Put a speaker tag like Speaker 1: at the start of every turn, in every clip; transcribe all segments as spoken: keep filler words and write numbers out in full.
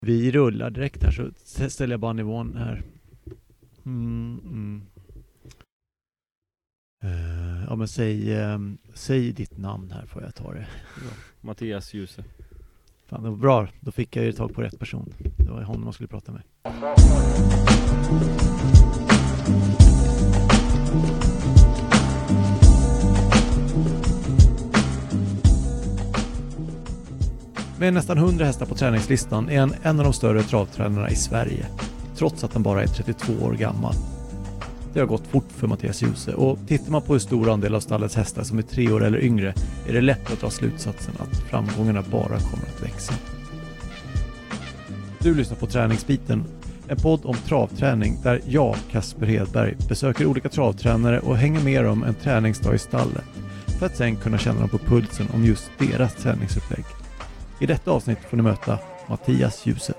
Speaker 1: Vi rullar direkt här, så ställer jag bara nivån här. Mm, mm. Uh, ja men säg, um, säg ditt namn här får jag ta det. Ja.
Speaker 2: Mattias Djuse.
Speaker 1: Fan, det var bra, då fick jag ju tag på rätt person. Det var honom man skulle prata med. Med nästan hundra hästar på träningslistan är han en av de större travtränarna i Sverige, trots att han bara är trettiotvå år gammal. Det har gått fort för Mattias Djuse, och tittar man på hur stor andel av stallets hästar som är tre år eller yngre är det lätt att dra slutsatsen att framgångarna bara kommer att växa. Du lyssnar på Träningsbiten, en podd om travträning där jag, Kasper Hedberg, besöker olika travtränare och hänger med dem en träningsdag i stallet för att sen kunna känna dem på pulsen om just deras träningsupplägg. I detta avsnitt får ni möta Mattias Djuse.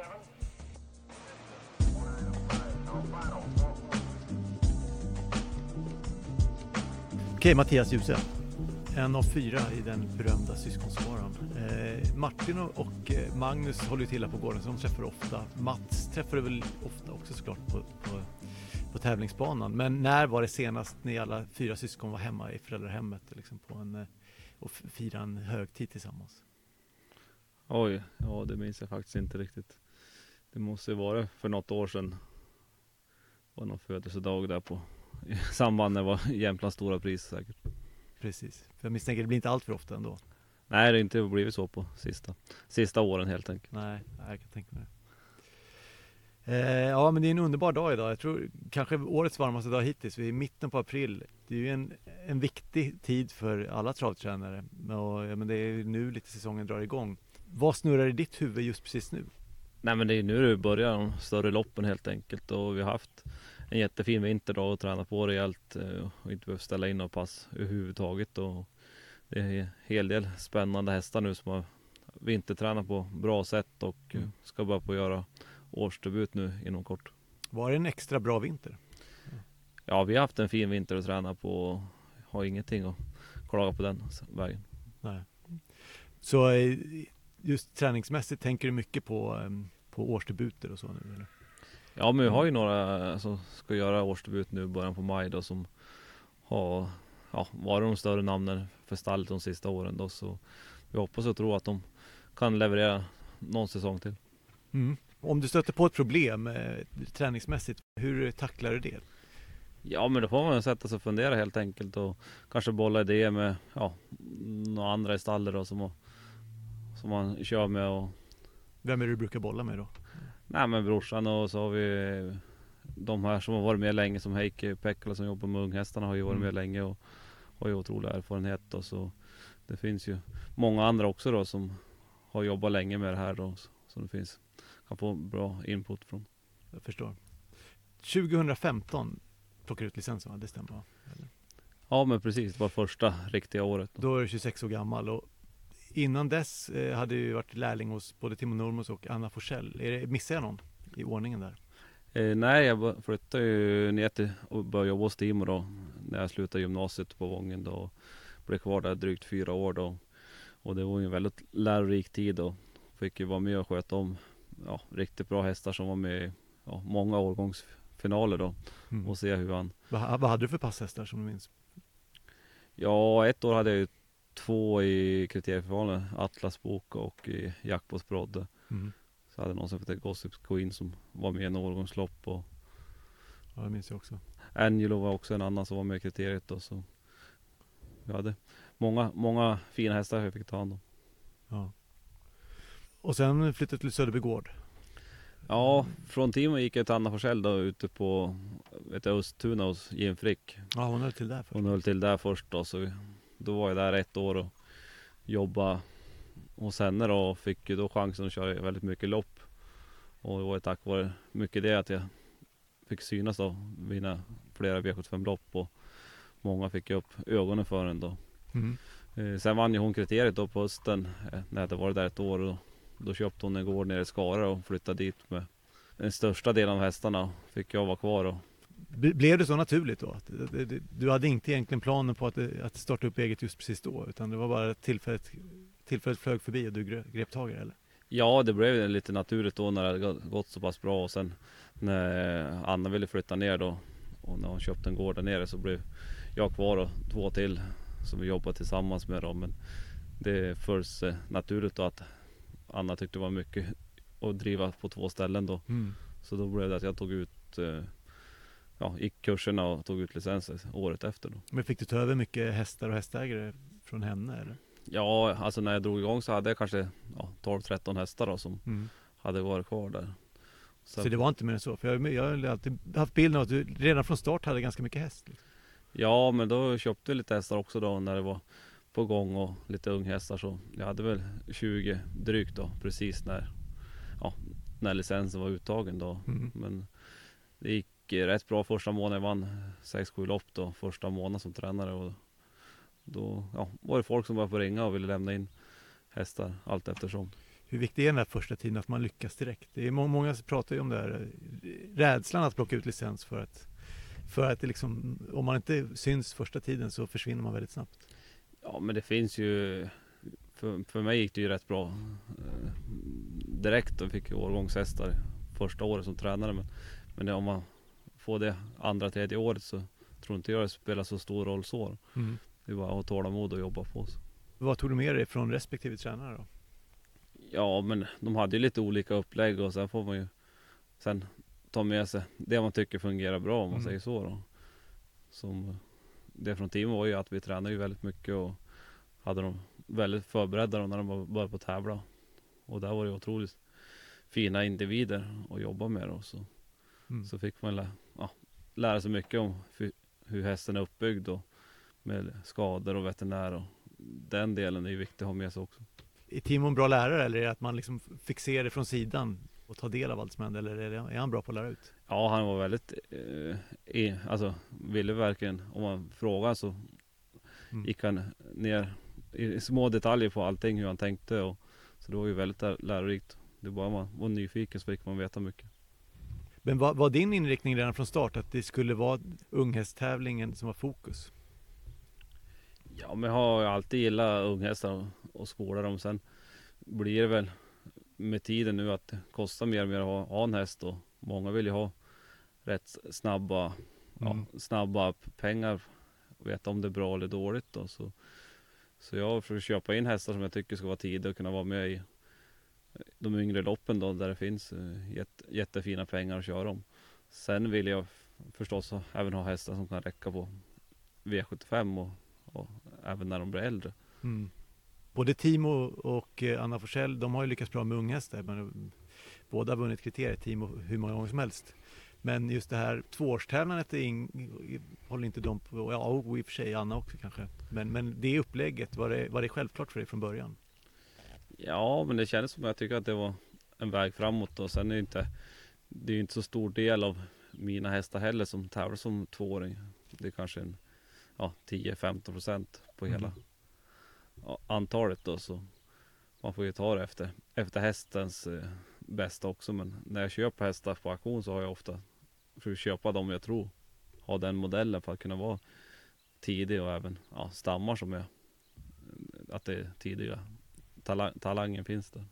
Speaker 1: Okej, Mattias Djuse. En av fyra i den berömda syskonskaran. Eh, Martin och eh, Magnus håller ju till här på gården, så de träffar ofta. Mats träffar väl ofta också såklart på, på, på tävlingsbanan. Men när var det senast ni alla fyra syskon var hemma i föräldrahemmet liksom på en, eh, och fira en högtid tillsammans?
Speaker 2: Oj, ja det minns jag faktiskt inte riktigt. Det måste ju vara för något år sedan. Det var någon födelsedag där på i samband med det var Jämtlands stora pris säkert.
Speaker 1: Precis, för jag misstänker det blir inte allt för ofta ändå.
Speaker 2: Nej, det har inte blivit så på sista, sista åren helt enkelt.
Speaker 1: Nej, jag kan tänka mig det. Eh, ja, men det är en underbar dag idag. Jag tror kanske årets varmaste dag hittills. Vi är i mitten på april. Det är ju en, en viktig tid för alla travtränare. Och, ja, men det är nu lite säsongen drar igång. Vad snurrar i ditt huvud just precis nu?
Speaker 2: Nej, men det är nu det börjar de större loppen helt enkelt. Och vi har haft en jättefin vinter då och tränat på rejält och inte behövt ställa in och pass överhuvudtaget. Och det är en hel del spännande hästar nu som har vintertränat på bra sätt och mm. ska bara på göra årsdebut nu inom kort.
Speaker 1: Var det en extra bra vinter?
Speaker 2: Ja, vi har haft en fin vinter att träna på och har ingenting att klaga på den vägen.
Speaker 1: Nej. Så just träningsmässigt tänker du mycket på, på årsdebuter och så nu eller?
Speaker 2: Ja, men vi har ju några som ska göra årsdebut nu i början på maj då, som har ja, varit de större namnen för stallet de sista åren då, så vi hoppas och tror att de kan leverera någon säsong till.
Speaker 1: Mm. Om du stöter på ett problem eh, träningsmässigt, hur tacklar du det?
Speaker 2: Ja, men då får man sätta sig och fundera helt enkelt och kanske bolla idéer med ja, några andra i stallet då, som, som man kör med. Och...
Speaker 1: Vem är det du brukar bolla med då?
Speaker 2: Nej, men brorsan, och så har vi de här som har varit med länge, som Heikki Pekkala som jobbar med unghästarna har ju varit mm. med länge och har ju otrolig erfarenhet då, så det finns ju många andra också då som har jobbat länge med det här då, så det finns, kan få bra input från.
Speaker 1: Jag förstår. tjugohundrafemton plockar ut licensen, va? Det stämmer, va? Eller?
Speaker 2: Ja, men precis, det var första riktiga året då.
Speaker 1: Då är du tjugosex år gammal, och innan dess eh, hade du varit lärling hos både Timo Nurmos och Anna Forsell. Är det, missar jag någon i ordningen där?
Speaker 2: Eh, nej, jag flyttade ju ner till och började jobba hos Timo då, när jag slutade gymnasiet på Vången då. Blev kvar där drygt fyra år då. Och det var ju en väldigt lärorik tid och fick ju vara med och sköta om ja, riktigt bra hästar som var med i ja, många årgångsfinaler då. Mm. Och se hur han...
Speaker 1: Vad, vad hade du för passhästar som du minns?
Speaker 2: Ja, ett år hade jag ju två i kriteriefinalen, Atlas Bok och i Jackpots Brodde. Mm. Så hade någon som hette Gossip Queen som var med i en årgångslopp. Och
Speaker 1: ja, det minns jag också.
Speaker 2: Angelo var också en annan som var med i kriteriet då, så vi hade många, många fina hästar jag fick ta hand om.
Speaker 1: Ja. Och sen flyttade till Söderbygård.
Speaker 2: Ja, från Timo gick jag till Anna Forsell då, ute på vet jag, Östtuna hos Jim Frick.
Speaker 1: Ja, hon höll till där först.
Speaker 2: Hon höll till där först då, så vi, då var jag där ett år och jobba hos henne då, och fick ju då chansen att köra väldigt mycket lopp. Och det var tack vare mycket det att jag fick synas då, vinna flera V sjuttiofem-lopp, och många fick upp ögonen för en då. Mm. Eh, sen vann ju hon kriteriet då på hösten eh, när jag hade varit där ett år, och då köpte hon en gård nere i Skara och flyttade dit med den största delen av hästarna. Fick jag vara kvar. Och...
Speaker 1: Blev det så naturligt då? Att du hade inte egentligen planen på att, att starta upp eget just precis då, utan det var bara tillfället, tillfället flög förbi och du grep tag i det, eller?
Speaker 2: Ja, det blev lite naturligt då när det hade gått så pass bra, och sen när Anna ville flytta ner då och när hon köpte en gård där nere så blev jag kvar och två till som vi jobbade tillsammans med dem. Men det följs naturligt då att Anna tyckte det var mycket att driva på två ställen då.
Speaker 1: Mm.
Speaker 2: Så då blev det att jag tog ut, ja, gick kurserna och tog ut licenser året efter då.
Speaker 1: Men fick du ta över mycket hästar och hästägare från henne eller?
Speaker 2: Ja, alltså när jag drog igång så hade jag kanske ja, tolv tretton hästar då som
Speaker 1: Mm.
Speaker 2: hade varit kvar där.
Speaker 1: Så, så det var inte mer än så? För jag, jag har alltid haft bilden av att du redan från start hade ganska mycket häst. Liksom.
Speaker 2: Ja, men då köpte vi lite hästar också då när det var på gång och lite unghästar, så jag hade väl tjugo drygt då precis när, ja, när licensen var uttagen då.
Speaker 1: Mm.
Speaker 2: Men det gick rätt bra första månaden. Jag vann sex sju lopp då första månaden som tränare, och då ja, var det folk som började ringa och ville lämna in hästar allt eftersom.
Speaker 1: Hur viktigt är den här första tiden att man lyckas direkt? Det är må- många som pratar ju om det här, rädslan att plocka ut licens för att, för att det liksom, om man inte syns första tiden så försvinner man väldigt snabbt.
Speaker 2: Ja, men det finns ju, för, för mig gick det ju rätt bra eh, direkt och fick årgångshästar första året som tränare, men, men det, om man får det andra, tredje året så tror inte jag det spelar så stor roll så.
Speaker 1: Mm.
Speaker 2: Det är bara att ha tålamod och jobba på sig.
Speaker 1: Vad tog du med dig från respektive tränare då?
Speaker 2: Ja, men de hade ju lite olika upplägg, och sen får man ju sen ta med sig det man tycker fungerar bra, om man
Speaker 1: Mm.
Speaker 2: säger så då. Som det från teamet var ju att vi tränade ju väldigt mycket och hade dem väldigt förberedda då när de började på tävla. Och där var det otroligt fina individer att jobba med då. Så,
Speaker 1: Mm.
Speaker 2: så fick man lä- ja, lära sig mycket om hur, hur hästen är uppbyggd och med skador och veterinär, och den delen är ju viktig att ha med sig också.
Speaker 1: Är Timo en bra lärare, eller är det att man liksom fick se det från sidan och ta del av allt som händer, eller är, det, är han bra på att lära ut?
Speaker 2: Ja, han var väldigt eh, i, alltså ville verkligen, om man frågar så
Speaker 1: Mm.
Speaker 2: gick han ner i små detaljer på allting, hur han tänkte, och så det var ju väldigt lär- lärorikt. Det bara man var nyfiken så fick man veta mycket.
Speaker 1: Men var, var din inriktning redan från start att det skulle vara unghästtävlingen som var fokus?
Speaker 2: Ja, men jag har ju alltid gillat unghästar och, och skola dem. Sen blir det väl med tiden nu att det kostar mer och mer att ha, ha en häst, och många vill ju ha rätt snabba,
Speaker 1: Mm.
Speaker 2: ja, snabba pengar och veta om det är bra eller dåligt då. Så, så jag försöker köpa in hästar som jag tycker ska vara tidiga och kunna vara med i de yngre loppen då, där det finns uh, jätte, jättefina pengar att köra om. Sen vill jag förstås även ha hästar som kan räcka på V sjuttiofem och, och även när de blir äldre.
Speaker 1: Mm. Både Timo och eh, Anna Forsell, de har ju lyckats bra med unghästar, men båda har vunnit kriterier, Timo hur många gånger som helst. Men just det här tvåårstävlandet är in, håller inte de på, ja, och i och för sig Anna också kanske. Men, men det upplägget, var det, var det självklart för dig från början?
Speaker 2: Ja, men det kändes som att jag tycker att det var en väg framåt, och sen är det inte, det är inte så stor del av mina hästar heller som tävlar som tvååring. Det är kanske en ja, tio till femton procent på hela
Speaker 1: Mm.
Speaker 2: ja, antalet då, så man får ju ta det efter, efter hästens eh, bästa också. Men när jag köper hästar på auktion så har jag ofta försökt köpa dem jag tror har den modellen för att kunna vara tidig, och även ja, stammar som är att det är tidiga Talang, talangen finns där.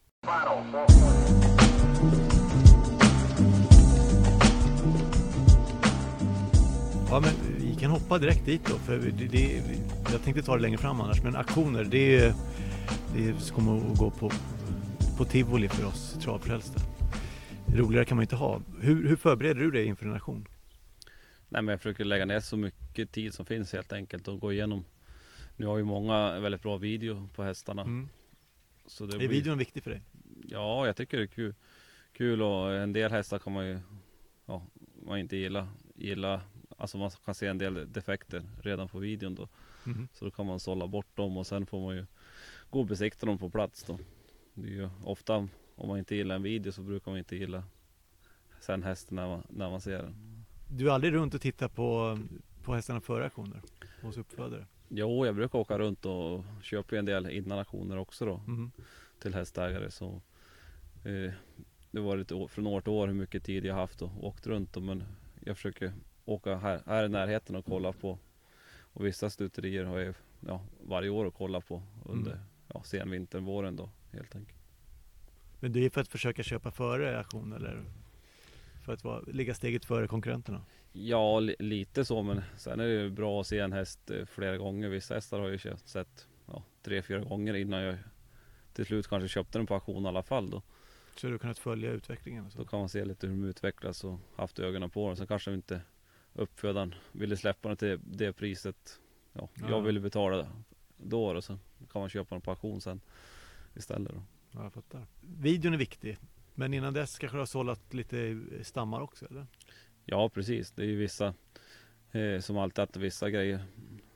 Speaker 1: Ja, men vi kan hoppa direkt dit då, för det, det, jag tänkte ta det längre fram annars, men auktioner, det, det kommer att gå på, på tivoli för oss travfrälsta. Roligare kan man inte ha. Hur, hur förbereder du dig inför en auktion?
Speaker 2: Nej, men jag försöker lägga ner så mycket tid som finns helt enkelt och gå igenom. Nu har ju många väldigt bra video på hästarna.
Speaker 1: Mm.
Speaker 2: Så det
Speaker 1: Är
Speaker 2: blir,
Speaker 1: videon viktig för dig?
Speaker 2: ja, jag tycker det är kul. Kul, och en del hästar kan man ju ja, man inte gilla, gilla. Alltså man kan se en del defekter redan på videon då.
Speaker 1: Mm.
Speaker 2: Så då kan man sålla bort dem, och sen får man ju gå och besikta dem på plats då. Det är ju ofta, om man inte gillar en video så brukar man inte gilla sen hästen när man, när man ser den.
Speaker 1: Du är aldrig runt och tittar på, på hästarna före auktioner hos uppfödare?
Speaker 2: Jo, jag brukar åka runt och köpa en del innan auktioner också då.
Speaker 1: Mm.
Speaker 2: Till hästägare, så eh, det var lite å- från år till år hur mycket tid jag haft och åkt runt då, men jag försöker åka här, här i närheten och kolla på, och vissa stuterier har jag ja, varje år att kolla på under
Speaker 1: Mm.
Speaker 2: ja, sen vintern, våren då helt enkelt.
Speaker 1: Men det är för att försöka köpa före auktion eller för att vara, ligga steget före konkurrenterna?
Speaker 2: Ja, li- lite så, men sen är det ju bra att se en häst eh, flera gånger. Vissa hästar har jag ju sett ja, tre, fyra gånger innan jag till slut kanske köpte den på auktion i alla fall då.
Speaker 1: Så har du kunnat följa utvecklingen? Och så.
Speaker 2: Då kan man se lite hur de utvecklas och haft ögonen på dem. Sen kanske inte uppfödaren ville släppa den till det priset ja,
Speaker 1: Ja.
Speaker 2: jag ville betala det då, och sen kan man köpa den på auktion sen istället då.
Speaker 1: Ja, jag fattar. Videon är viktig, men innan dess kanske du har sållat lite stammar också, eller?
Speaker 2: Ja, precis. Det är ju vissa eh, som alltid att vissa grejer,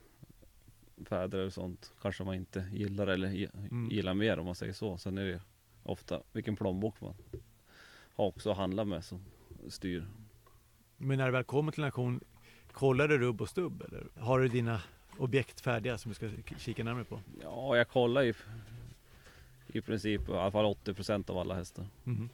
Speaker 2: fäder och sånt, kanske man inte gillar eller gi-
Speaker 1: Mm.
Speaker 2: gillar mer om man säger så. Sen är det ju ofta vilken plånbok man har också att handla med som styr.
Speaker 1: Men när du väl kommer till en auktion, kollar du rubb och stubb, eller har du dina objekt färdiga som du ska k- kika närmare på?
Speaker 2: Ja, jag kollar ju i princip i alla fall åttio procent av alla hästar.
Speaker 1: Mhm.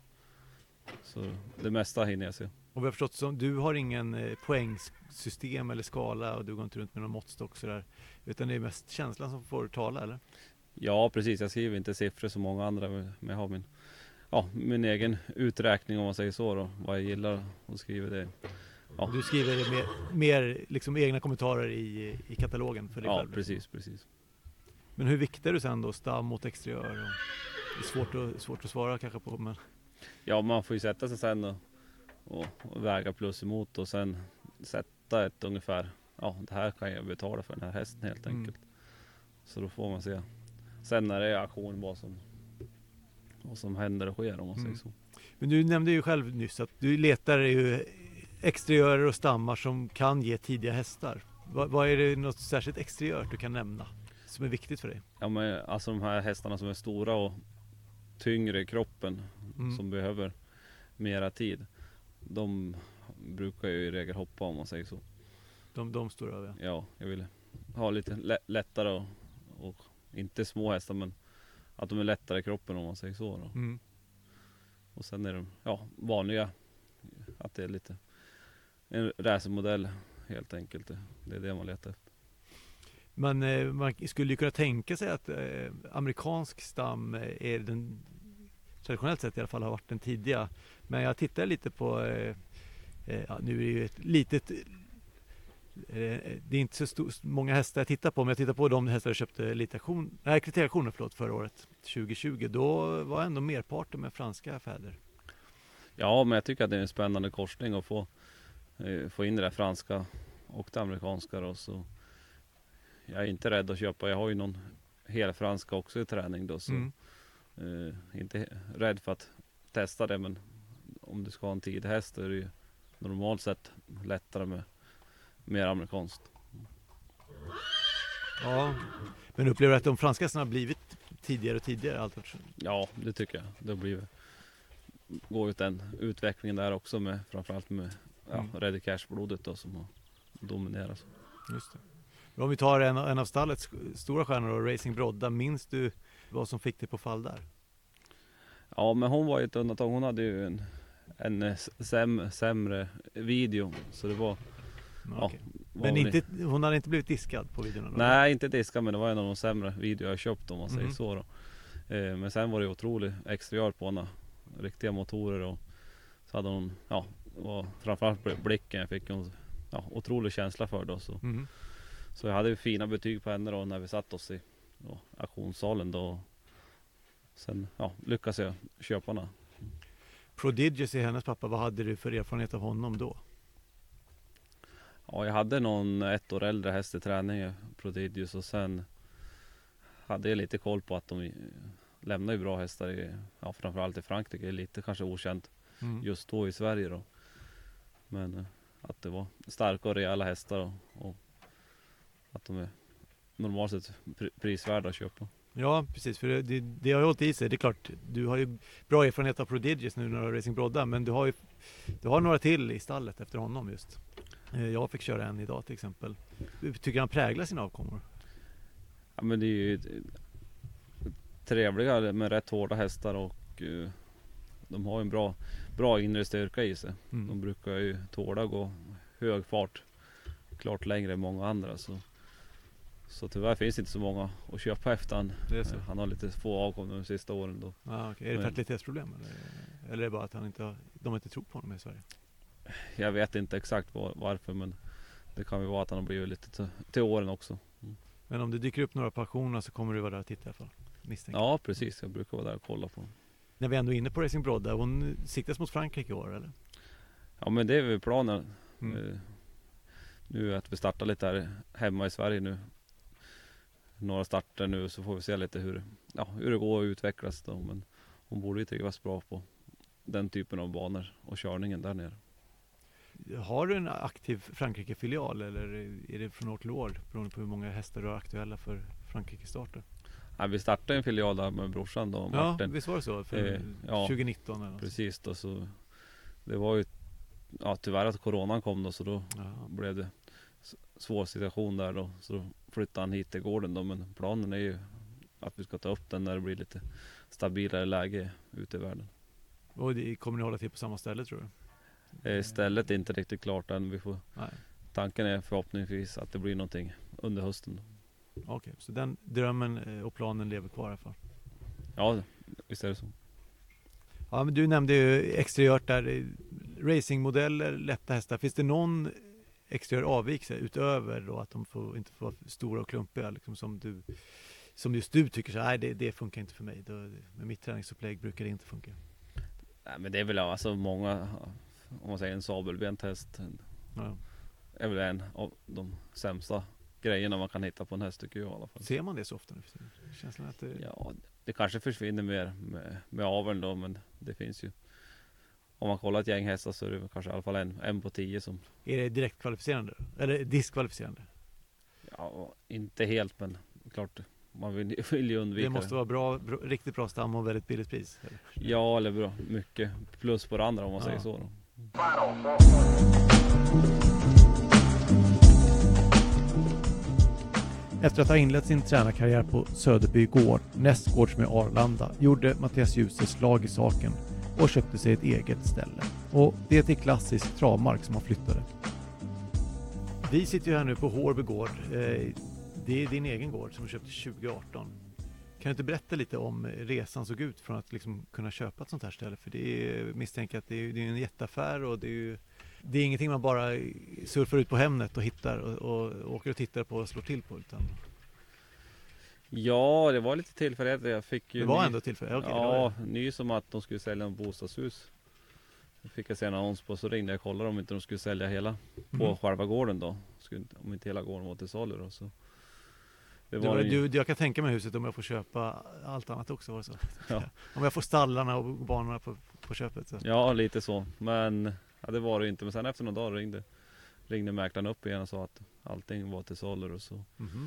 Speaker 2: Så det mesta hinner jag se.
Speaker 1: Och vi har förstått som du har ingen eh, poängsystem eller skala och du går inte runt med någon måttstock sådär, utan det är mest känslan som får tala, eller?
Speaker 2: Ja, precis. Jag skriver inte siffror som många andra, men jag har min, ja, min egen uträkning om man säger så då, vad jag gillar och skriver det. Ja.
Speaker 1: Du skriver det mer, mer liksom egna kommentarer i, i katalogen för dig
Speaker 2: Ja,
Speaker 1: själv.
Speaker 2: precis, precis.
Speaker 1: Men hur viktar du sen då stam mot exteriör? Och det är svårt att, svårt att svara kanske på, men
Speaker 2: Ja, man får ju sätta sig sen och, och, och väga plus emot och sen sätta ett ungefär, ja, det här kan jag betala för den här hästen helt
Speaker 1: Mm.
Speaker 2: enkelt. Så då får man se sen när det är auktion vad som, vad som händer och sker om man
Speaker 1: Mm.
Speaker 2: säger så.
Speaker 1: Men du nämnde ju själv nyss att du letar ju exteriörer och stammar som kan ge tidiga hästar. Vad, vad är det något särskilt exteriört du kan nämna som är viktigt för dig?
Speaker 2: Ja, men alltså de här hästarna som är stora och tyngre i kroppen
Speaker 1: Mm.
Speaker 2: som behöver mera tid. De brukar ju i regel hoppa om man säger så.
Speaker 1: De, de står över.
Speaker 2: Ja, jag vill ha lite lä- lättare och, och inte små hästar, men att de är lättare i kroppen om man säger så då.
Speaker 1: Mm.
Speaker 2: Och sen är de ja, vanliga, att det är lite en racermodell helt enkelt. Det, det är det man letar efter.
Speaker 1: Men eh, man skulle ju kunna tänka sig att eh, amerikansk stam eh, är den, traditionellt sett i alla fall, har varit den tidiga. Men jag tittar lite på, eh, eh, ja, nu är det ju ett litet, eh, det är inte så stor, många hästar jag tittar på, men jag tittar på de hästar jag köpte lite auktion, nej, kriterieauktioner förlåt, förra året, tjugo tjugo. Då var ändå merparten med franska fäder.
Speaker 2: Ja, men jag tycker att det är en spännande korsning att få, eh, få in det där franska och det amerikanska då, så jag är inte rädd att köpa. Jag har ju någon hel franska också i träning då, så
Speaker 1: Mm.
Speaker 2: eh, inte he- rädd för att testa det, men om du ska ha en tidig häst är det ju normalt sett lättare med mer amerikanskt.
Speaker 1: Ja, men upplever du att de franska hästarna har blivit tidigare och tidigare allt eftersom?
Speaker 2: Ja, det tycker jag. Det blir går ut den utvecklingen där också med framförallt med ja,
Speaker 1: Mm.
Speaker 2: Ready Cash-blodet då som har dominerat.
Speaker 1: Just det. Men om vi tar en, en av stallets stora stjärnor då, Racing Brodda, minns du vad som fick dig på fall där?
Speaker 2: Ja, men hon var ju ett undantag. Hon hade ju en, en säm, sämre video, så det var... Ja,
Speaker 1: Okej.
Speaker 2: var
Speaker 1: Men
Speaker 2: väl-
Speaker 1: inte, hon hade inte blivit diskad på videon? eller?
Speaker 2: Nej, inte diska, men det var en av de sämre videor jag köpt om man säger
Speaker 1: Mhm.
Speaker 2: så då. Eh, men sen var det otroligt exteriör på henne. Riktiga motorer och så hade hon, ja, och framförallt bl- blicken jag fick hon, ja, otrolig känsla för då. Så,
Speaker 1: Mhm.
Speaker 2: så jag hade ju fina betyg på henne då när vi satt oss i ja, auktionssalen då. Sen ja, lyckades jag köpa henne.
Speaker 1: Prodigious är hennes pappa, vad hade du för erfarenhet av honom då?
Speaker 2: Ja, jag hade någon ett år äldre häst i träning, Prodigious, och sen hade jag lite koll på att de eh, lämnar ju bra hästar i, ja, framförallt i Frankrike, lite kanske okänt
Speaker 1: Mm.
Speaker 2: just då i Sverige då. Men eh, att det var starka och rejäla hästar och, och att de är normalt sett pri- prisvärda att köpa.
Speaker 1: Ja, precis, för det, det, det har ju hållit i sig. Det är klart, du har ju bra erfarenhet av Prodigious nu när du har Racing Brodda, men du har ju du har några till i stallet efter honom just. Eh, Jag fick köra en idag till exempel. Tycker han präglar sina avkommor?
Speaker 2: Ja, men det är ju eh, trevliga med rätt hårda hästar och eh, de har ju en bra, bra inre styrka i sig.
Speaker 1: Mm.
Speaker 2: De brukar ju tåla gå hög fart klart längre än många andra, så, Så tyvärr finns det inte så många att köpa efter han.
Speaker 1: Det är så.
Speaker 2: Han har lite få avkom de sista åren då.
Speaker 1: Ah, okay. Är det
Speaker 2: Men-
Speaker 1: fertilitetsproblem eller, eller är det bara att han inte har, de inte tror på honom i Sverige?
Speaker 2: Jag vet inte exakt var, varför, men det kan ju vara att han har blivit lite till, till åren också.
Speaker 1: Men om det dyker upp några passioner så kommer du vara där och titta i alla fall, misstänker jag.
Speaker 2: Ja, precis. Jag brukar vara där och kolla på dem.
Speaker 1: När vi ändå är inne på Racing Brodda, hon siktas mot Frankrike i år eller?
Speaker 2: Ja, men det är väl planen.
Speaker 1: Mm.
Speaker 2: Eh, Nu att vi startar lite här hemma i Sverige nu. Några starter nu, så får vi se lite hur, ja, hur det går och utvecklas då. Men hon borde ju trivas bra på den typen av banor och körningen där nere.
Speaker 1: Har du en aktiv Frankrike-filial eller är det från år till år beroende på hur många hästar du har aktuella för Frankrike-starter?
Speaker 2: Ja, vi startade en filial där med brorsan då,
Speaker 1: Ja,
Speaker 2: Martin.
Speaker 1: visst var det så? För
Speaker 2: Eh, ja,
Speaker 1: tjugonitton eller något.
Speaker 2: Precis då, så det var ju, ja, tyvärr att coronan kom då, så då
Speaker 1: Ja.
Speaker 2: blev det s- svår situation där då. Så då flyttade han hit till gården då, men planen är ju att vi ska ta upp den när det blir lite stabilare läge ute i världen.
Speaker 1: Och det, kommer ni hålla till på samma ställe tror du?
Speaker 2: Eh, Stället är inte riktigt klart än. Vi får,
Speaker 1: Nej.
Speaker 2: tanken är förhoppningsvis att det blir någonting under hösten.
Speaker 1: Okej, så den drömmen eh, och planen lever kvar i alla fall.
Speaker 2: Ja, visst är det så.
Speaker 1: Ja, men du nämnde ju exteriört där, eh, racingmodeller, lätta hästar. Finns det någon exteriör avvikelse utöver då att de får, inte får vara stora och klumpiga liksom, som du som just du tycker så här, nej det, det funkar inte för mig. Då, med mitt träningsupplägg brukar det inte funka.
Speaker 2: Nej, men det är väl alltså många, om man säger en sabelbent häst,
Speaker 1: Ja.
Speaker 2: är väl en av de sämsta grejerna man kan hitta på en häst, tycker jag i alla fall.
Speaker 1: Ser man det så ofta nu för tiden? Känslan att det,
Speaker 2: Ja, det kanske försvinner mer med, med aveln då, men det finns ju. Om man kollar ett gäng hästar så är det väl kanske i alla fall en, en på tio som,
Speaker 1: är det direkt kvalificerande? Eller diskvalificerande?
Speaker 2: ja, inte helt, men klart man vill, vill ju undvika
Speaker 1: Det måste vara bra, bra, riktigt bra stam och väldigt billigt pris. Eller?
Speaker 2: Ja, eller bra, mycket plus på det andra om man
Speaker 1: Ja.
Speaker 2: säger så då.
Speaker 1: Efter att ha inlett sin tränarkarriär på Söderby gård, nästgårds med Arlanda, gjorde Mattias Djuse slag i saken och köpte sig ett eget ställe. Och det är till klassisk travmark som han flyttade. Vi sitter ju här nu på Hårby gård. Eh, Det är din egen gård som du köpte tjugo arton. Kan du inte berätta lite om resan såg ut från att liksom kunna köpa ett sånt här ställe? För det är, misstänker att det är, det är en jätteaffär och det är ju, det är ingenting man bara surfar ut på Hemnet och hittar och, och åker och tittar på och slår till på, utan
Speaker 2: Ja, det var lite tillfälligt. Jag fick ju
Speaker 1: det var
Speaker 2: ny,
Speaker 1: ändå tillfälligt. Okej, det
Speaker 2: ja,
Speaker 1: var det.
Speaker 2: ny som att de skulle sälja en bostadshus. Det fick jag se en annons på, så ringde jag och kollade om inte de skulle sälja hela på
Speaker 1: Mhm.
Speaker 2: själva gården då. Skulle, inte- om inte hela gården var till salu då. Så det
Speaker 1: Det
Speaker 2: var
Speaker 1: var,
Speaker 2: ju-
Speaker 1: du, jag kan tänka mig huset om jag får köpa allt annat också. Var det så?
Speaker 2: Ja.
Speaker 1: Om jag får stallarna och banorna på, på köpet. Så.
Speaker 2: Ja, lite så. Men ja, det var det inte. Men sen efter några dagar ringde, ringde mäklaren upp igen och sa att allting var till salu och så.
Speaker 1: Mhm.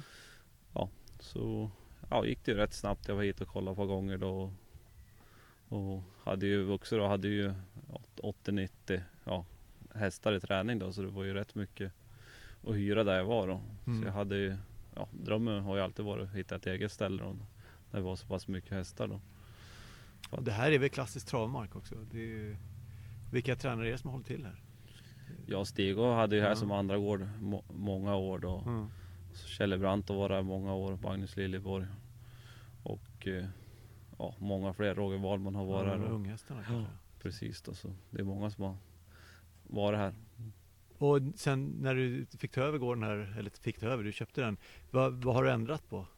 Speaker 2: Så ja, gick det ju rätt snabbt. Jag var hit och kollade ett par gånger då. Och hade ju vuxit då, hade ju åttio nittio ja, hästar i träning då. Så det var ju rätt mycket att hyra där jag var då.
Speaker 1: Mm.
Speaker 2: Så jag hade ju, ja, drömmen har ju alltid varit att hitta ett eget ställe då. När det var så pass mycket hästar då.
Speaker 1: Och det här är väl klassisk travmark också. Det är ju, vilka tränare är det som håller till här?
Speaker 2: Jag och Stig hade ju här
Speaker 1: Ja.
Speaker 2: som andra gård må, många år då.
Speaker 1: Mm.
Speaker 2: Så Kjelle Brandt var där många år, Magnus Liljeborg. Och eh, ja, många fler. Roger Wahlman har varit
Speaker 1: Ja,
Speaker 2: här.
Speaker 1: de
Speaker 2: Och,
Speaker 1: unghästarna kanske.
Speaker 2: precis då, så det är många som har varit här.
Speaker 1: Och sen när du fick ta över gården här, eller fick ta över, du köpte den. Vad, vad har du ändrat på?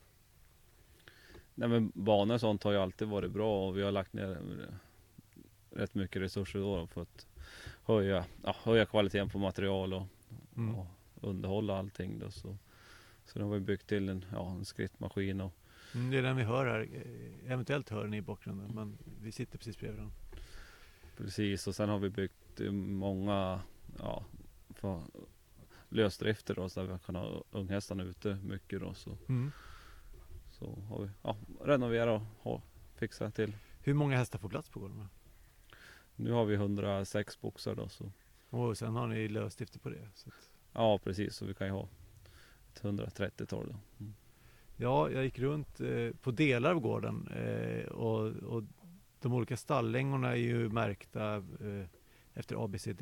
Speaker 2: Nej, men banor och sånt har ju alltid varit bra och vi har lagt ner rätt mycket resurser då för att höja, ja, höja kvaliteten på material och,
Speaker 1: Mm.
Speaker 2: och underhålla allting då. Så, så då har vi byggt till en, ja, en skrittmaskin och
Speaker 1: Mm, det är den vi hör här. Eh, Eventuellt hör ni i bakgrunden, men vi sitter precis bredvid den.
Speaker 2: precis, och sen har vi byggt eh, många, ja, för lösdrifter då, så där vi kan ha unghästarna ute mycket då. Så,
Speaker 1: Mm.
Speaker 2: så har vi, ja, renoverat och ha, fixat till.
Speaker 1: Hur många hästar får plats på gården?
Speaker 2: Nu har vi hundrasex boxar då, så
Speaker 1: Och sen har ni lösdrifter på det. Så att,
Speaker 2: ja, precis, så vi kan ju ha ett hundratrettiotal då. Mm.
Speaker 1: ja, jag gick runt eh, på delar av gården eh, och, och de olika stallängorna är ju märkta eh, efter A B C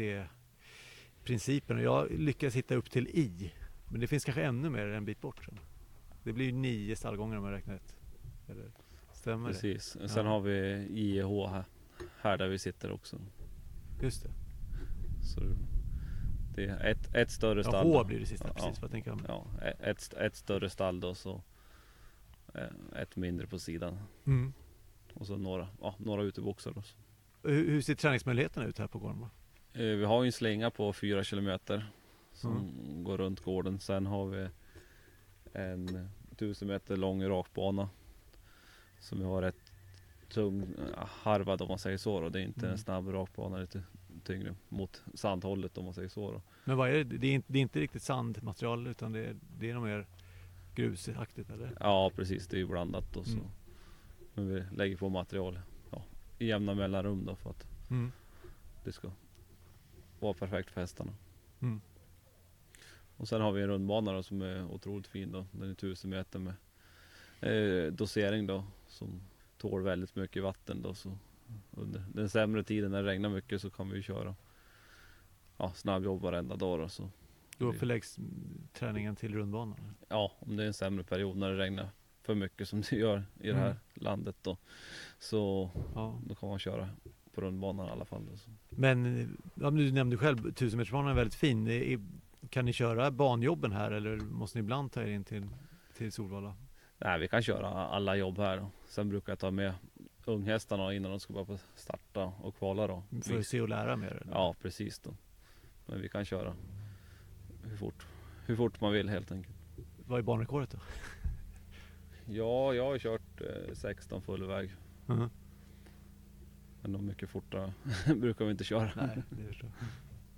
Speaker 1: D-principen. Och jag lyckades hitta upp till I, men det finns kanske ännu mer en bit bort. Så. Det blir ju nio stallgångar om jag räknar rätt. Eller stämmer
Speaker 2: Precis.
Speaker 1: det?
Speaker 2: Sen
Speaker 1: Ja.
Speaker 2: har vi I E H här, här där vi sitter också.
Speaker 1: Just det.
Speaker 2: Så det är ett, ett större
Speaker 1: Ja,
Speaker 2: stall.
Speaker 1: H
Speaker 2: då.
Speaker 1: blir det sista,
Speaker 2: Ja,
Speaker 1: precis vad jag tänker om.
Speaker 2: Ja, ett, ett större stall då, så eh, ett mindre på sidan.
Speaker 1: Mm.
Speaker 2: Och så några, ja, några uteboxar då.
Speaker 1: Hur, hur ser träningsmöjligheterna ut här på gården då?
Speaker 2: Eh, Vi har ju en slinga på fyra kilometer som
Speaker 1: Mm.
Speaker 2: går runt gården. Sen har vi en tusen meter lång rakbana som vi har rätt tung ja, harvad om man säger så då. Det är inte
Speaker 1: Mm.
Speaker 2: en snabb rakbana, lite tyngre mot sandhållet om man säger så då.
Speaker 1: Men vad är det? Det är inte, det är inte riktigt sandmaterial utan det är, det är nog mer grusaktigt eller?
Speaker 2: Ja precis, det är ju blandat då, så.
Speaker 1: Mm.
Speaker 2: Men vi lägger på material ja, i jämna mellanrum då för att
Speaker 1: Mm.
Speaker 2: det ska vara perfekt för hästarna.
Speaker 1: Mm.
Speaker 2: Och sen har vi en rundbana då, som är otroligt fin då. Den är tusen meter med eh, dosering då, som tål väldigt mycket vatten då. Så under den sämre tiden när det regnar mycket så kan vi ju köra ja, snabbjobb varenda dag då, så.
Speaker 1: Då förläggs träningen till rundbanan?
Speaker 2: Ja, om det är en sämre period när det regnar för mycket som det gör i det här
Speaker 1: Mm.
Speaker 2: landet då. Så
Speaker 1: Ja.
Speaker 2: då kan man köra på rundbanan i alla fall då, så.
Speaker 1: Men ja, du nämnde själv tusenmetersbanan är väldigt fin. Är- Kan ni köra banjobben här eller måste ni ibland ta er in till, till Solvalla?
Speaker 2: Nej, vi kan köra alla jobb här då. Sen brukar jag ta med unghästarna innan de ska börja starta och kvala då.
Speaker 1: För
Speaker 2: Vi-
Speaker 1: att se och lära mer? Eller?
Speaker 2: Ja, precis då. Men vi kan köra hur fort, hur fort man vill helt enkelt.
Speaker 1: Vad är banrekordet då?
Speaker 2: Ja, jag har kört eh, sexton fullväg.
Speaker 1: Mhm.
Speaker 2: Men de mycket fortare brukar vi inte köra.
Speaker 1: Nej, det förstår jag.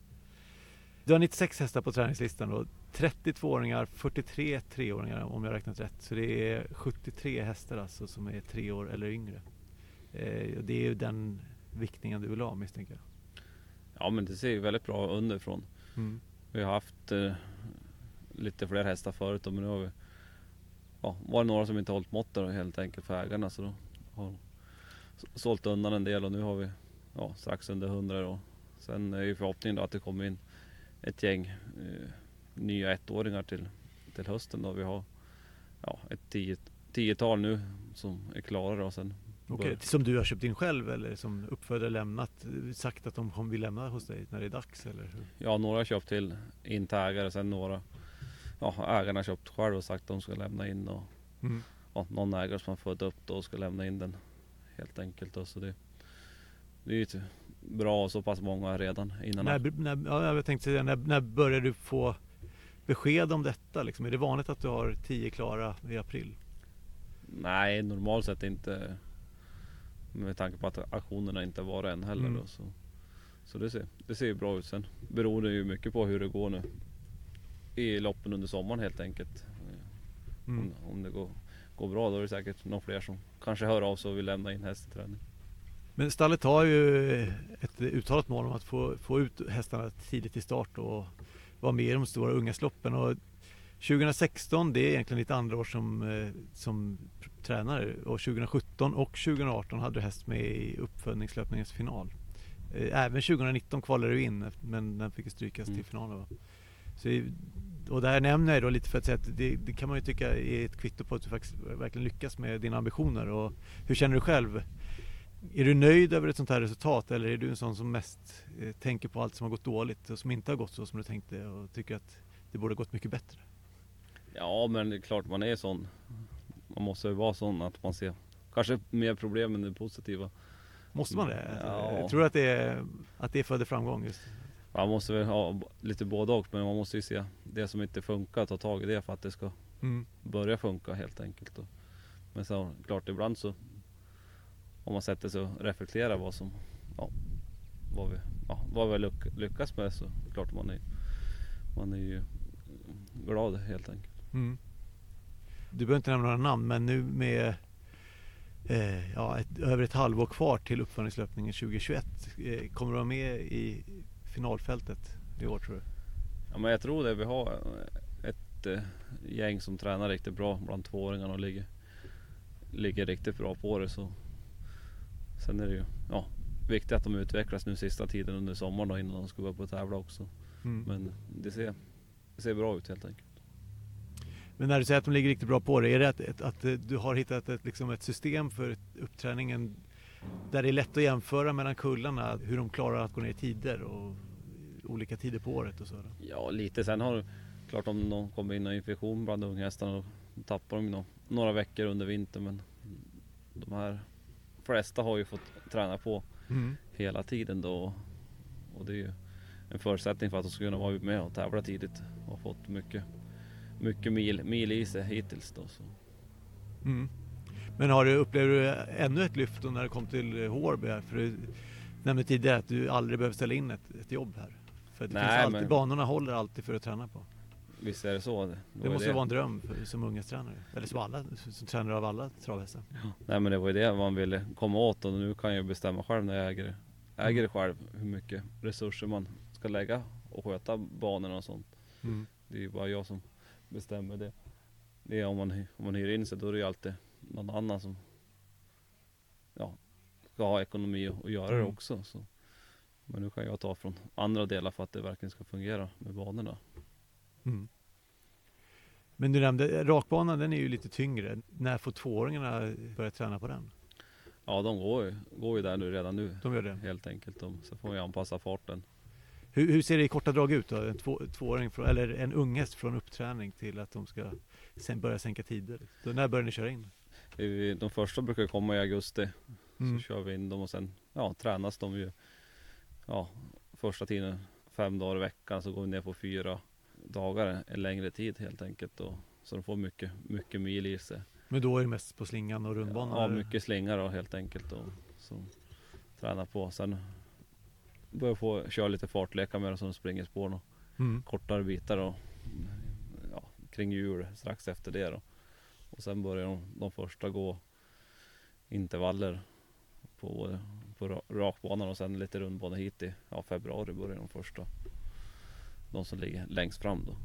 Speaker 1: Du har nittiosex hästar på träningslistan och trettiotvååringar, fyrtiotre treåringar om jag räknat rätt. Så det är sjuttiotre hästar alltså som är tre år eller yngre. Eh, och det är ju den viktningen du vill ha misstänker jag.
Speaker 2: Ja, men det ser ju väldigt bra underifrån.
Speaker 1: Mm.
Speaker 2: Vi har haft eh, lite fler hästar förut då, men nu har vi ja, var det några som inte hållit mått då, helt enkelt för ägarna, så då har de s- sålt undan en del och nu har vi ja, strax under hundra då. Sen är ju förhoppningen då att det kommer in ett gäng eh, nya ettåringar till, till hösten då. Vi har ja, ett tio, tiotal nu som är klara då. Sen
Speaker 1: Okej,
Speaker 2: bör-
Speaker 1: som du har köpt in själv eller som uppfödare lämnat, sagt att de kommer vill lämna hos dig när det är dags eller hur?
Speaker 2: Ja, några har köpt till in till ägare, sen några ja, ägarna har köpt själv och sagt att de ska lämna in och
Speaker 1: Mm.
Speaker 2: ja, någon ägare som har fått upp då och ska lämna in den helt enkelt då. Så det, det är ju ett bra och så pass många redan innan.
Speaker 1: När, när, ja, jag tänkte säga, när, när börjar du få besked om detta? Liksom? Är det vanligt att du har tio klara i april?
Speaker 2: Nej, normalt sett inte, med tanke på att aktionerna inte var än heller
Speaker 1: Mm.
Speaker 2: då, så, så det ser, det ser ju bra ut. Sen beror det ju mycket på hur det går nu i loppen under sommaren helt enkelt.
Speaker 1: Mm.
Speaker 2: Om, om det går, går bra, då är det säkert någon fler som kanske hör av sig och vill lämna in häst i träning.
Speaker 1: Men stallet har ju ett uttalat mål om att få, få ut hästarna tidigt i start och vara med i de stora ungasloppen. Och tjugohundrasexton, det är egentligen ditt andra år som, eh, som tränare. Och tjugohundrasjutton och tjugohundraarton hade du häst med i uppfödningslöpningens final. Eh, Även tjugohundranitton kvalade du in, men den fick strykas
Speaker 2: Mm.
Speaker 1: till finalen. Va? Så, i- och det här nämner jag då lite för att säga att det, det kan man ju tycka är ett kvitto på att du faktiskt verkligen lyckas med dina ambitioner. Och hur känner du själv? Är du nöjd över ett sånt här resultat eller är du en sån som mest eh, tänker på allt som har gått dåligt och som inte har gått så som du tänkte och tycker att det borde ha gått mycket bättre?
Speaker 2: Ja, men det är klart man är sån. Man måste ju vara sån att man ser kanske mer problem än det positiva.
Speaker 1: Måste man det?
Speaker 2: Ja.
Speaker 1: Jag tror att det är, att det föder framgång just.
Speaker 2: Man måste väl ha b- lite både och, men man måste ju se det som inte funkar, ta tag i det för att det ska
Speaker 1: Mm.
Speaker 2: börja funka helt enkelt då. Men så klart ibland så om man sätter sig och reflekterar vad som ja, vad vi, ja, vad vi lyck- lyckas med, så klart man är man är ju glad helt enkelt.
Speaker 1: Mm. Du behöver inte nämna några namn, men nu med eh, ja, ett, över ett halvår kvar till uppföljningslöpningen tjugohundratjugoett, eh, kommer du vara med i finalfältet i år tror du?
Speaker 2: Ja, men jag tror det. Vi har ett eh, gäng som tränar riktigt bra bland tvååringarna och ligger, ligger riktigt bra på det. Så. Sen är det ju ja, viktigt att de utvecklas nu sista tiden under sommaren då, innan de ska börja på tävla också.
Speaker 1: Mm.
Speaker 2: Men det ser, det ser bra ut helt enkelt.
Speaker 1: Men när du säger att de ligger riktigt bra på det, är det att, att, att du har hittat ett, liksom ett system för uppträningen där det är lätt att jämföra mellan kullarna, hur de klarar att gå ner i tider och olika tider på året och så? Då?
Speaker 2: Ja, lite. Sen har det klart om någon kommer in och infektion bland unghästarna och tappar de no- några veckor under vintern, men de här flesta har ju fått träna på mm. hela tiden då, och det är ju en förutsättning för att de ska kunna vara med och tävla tidigt och har fått mycket, mycket mil, mil i sig hittills då, så.
Speaker 1: Mm. Men har du, upplever du ännu ett lyft när det kom till Hårby här? För du nämnde tidigare att du aldrig behöver ställa in ett, ett jobb här. För det Nej, finns alltid, men... banorna håller alltid för att träna på.
Speaker 2: Visst är det så. Det,
Speaker 1: det måste det. vara en dröm för, som ungdomstränare. Eller som alla, som tränare av alla travhästar.
Speaker 2: Ja. Nej, men det var ju det man ville komma åt, och nu kan jag bestämma själv när jag äger, äger det själv hur mycket resurser man ska lägga och sköta banorna och sånt. Mm. Det är ju bara jag som bestämmer det. Det är om man, om man hyr in sig, då är det ju alltid någon annan som ja, ska ha ekonomi och, och göra mm. det också. Så. Men nu kan jag ta från andra delar för att det verkligen ska fungera med banorna.
Speaker 1: Mm. Men du nämnde rakbanan, den är ju lite tyngre. När får tvååringarna börja träna på den?
Speaker 2: Ja, de går ju, går ju där nu redan nu.
Speaker 1: De gör det?
Speaker 2: Helt enkelt. De, så får vi anpassa farten.
Speaker 1: Hur, hur ser det i korta drag ut då? En två, tvååring från, eller en unghäst från uppträning till att de ska sen börja sänka tider? Då, när börjar ni köra in?
Speaker 2: De första brukar komma i augusti. Mm. Så kör vi in dem och sen ja, tränas de ju ja, första tiden fem dagar i veckan, så går vi ner på fyra dagar en längre tid helt enkelt. Och, så de får mycket, mycket mil i sig.
Speaker 1: Men då är det mest på slingan och rundbanan?
Speaker 2: Ja, mycket slingar då, helt enkelt. Och, så träna på. Sen börjar få köra lite fartlekar med dem, som de springer spår och mm. kortare bitar och, ja, kring jul strax efter det då. Och sen börjar de, de första gå intervaller på, på rakbanan och sen lite rundbana hit i ja, februari börjar de första. De som ligger längst fram då.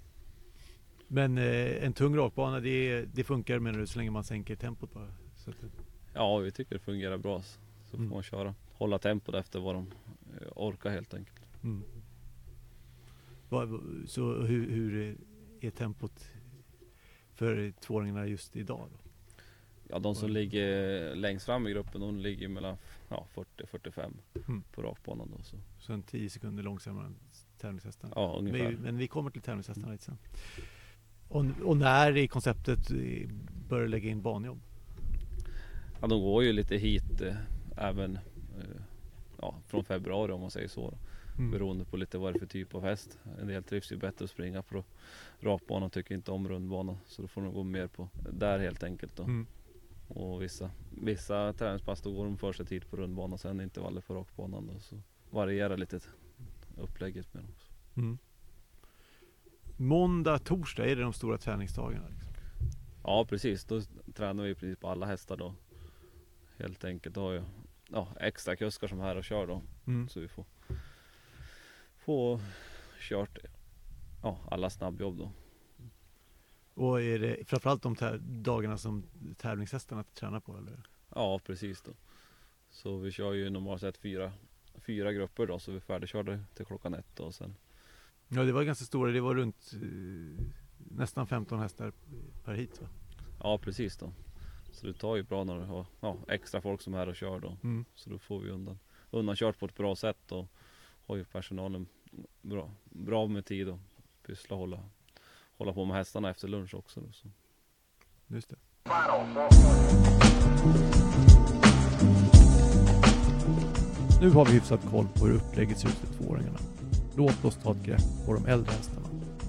Speaker 1: Men eh, en tung rakbana, det, det funkar menar du så länge man sänker tempot bara? Så att...
Speaker 2: Ja, vi tycker det fungerar bra. Så, så mm. får man köra. Hålla tempot efter vad de eh, orkar helt enkelt.
Speaker 1: Mm. Så hur, hur är tempot för tvååringarna just idag då?
Speaker 2: Ja, de som ligger längst fram i gruppen, de ligger mellan ja, fyrtio till fyrtiofem mm. på rakbanan då. Så,
Speaker 1: så en tio sekunder långsammare än tävlingshästarna?
Speaker 2: Ja, ungefär.
Speaker 1: Men, men vi kommer till tävlingshästarna lite sen. Och, och när i konceptet börjar lägga in banjobb?
Speaker 2: Ja, de går ju lite hit eh, även eh, ja, från februari om man säger så. Mm. Beroende på lite vad det är för typ av häst. En del trivs ju bättre att springa på rakbanan, tycker inte om rundbanan. Så då får de gå mer på där helt enkelt då. Mm. Och vissa, vissa träningspass då går de första tid på rundbanan, sen intervaller på rakbanan då. Så varierar lite upplägget med dem. Mm. Måndag, torsdag är det de stora träningsdagarna liksom. Ja, precis. Då tränar vi precis på alla hästar då. Helt enkelt. Då har jag ja, extra kuskar som här och kör då. Mm. Så vi får få kört ja, alla snabbjobb då. Och är det framförallt de tä- dagarna som tävlingshästarna tränar på eller? Ja, precis då. Så vi kör ju normalt sett fyra, fyra grupper då, så vi är färdigkörda till klockan ett och sen. Ja, det var ganska stora, det var runt eh, nästan femton hästar per hit va? Ja, precis då. Så det tar ju bra när du har ja, extra folk som är här och kör då. Mm. Så då får vi undan, undan kört på ett bra sätt och har ju personalen bra, bra med tid och pyssla och hålla, hålla på med hästarna efter lunch också då, så. Just det. Nu har vi hyfsat koll på hur upplägget ser ut för tvååringarna. Låt oss ta ett grepp på de äldre hästarna.